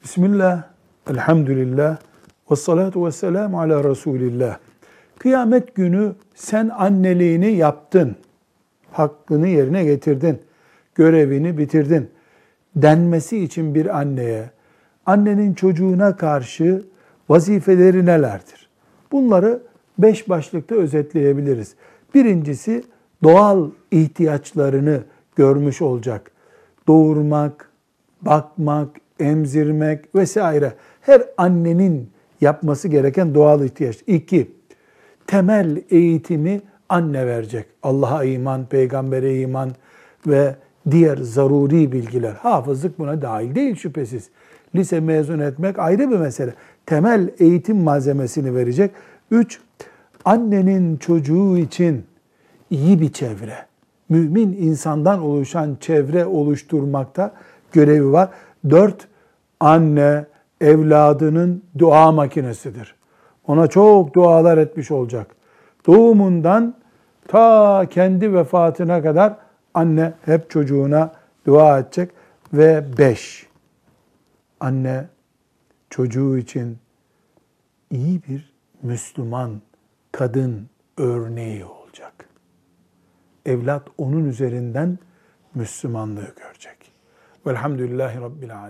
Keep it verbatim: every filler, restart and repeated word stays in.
Bismillah, elhamdülillah, ve salatu ve selamu ala Resulillah. Kıyamet günü sen anneliğini yaptın, hakkını yerine getirdin, görevini bitirdin denmesi için bir anneye, annenin çocuğuna karşı vazifeleri nelerdir? Bunları beş başlıkta özetleyebiliriz. Birincisi, doğal ihtiyaçlarını görmüş olacak. Doğurmak, bakmak, emzirmek vesaire. Her annenin yapması gereken doğal ihtiyaç. İki, temel eğitimi anne verecek. Allah'a iman, peygambere iman ve diğer zaruri bilgiler. Hafızlık buna dahil değil şüphesiz. Lise mezun etmek ayrı bir mesele. Temel eğitim malzemesini verecek. Üç, annenin çocuğu için iyi bir çevre, mümin insandan oluşan çevre oluşturmakta görevi var. Dört, anne evladının dua makinesidir. Ona çok dualar etmiş olacak. Doğumundan ta kendi vefatına kadar anne hep çocuğuna dua edecek. Ve beş, anne çocuğu için iyi bir Müslüman kadın örneği olacak. Evlat onun üzerinden Müslümanlığı görecek. Velhamdülillahi Rabbil alemin.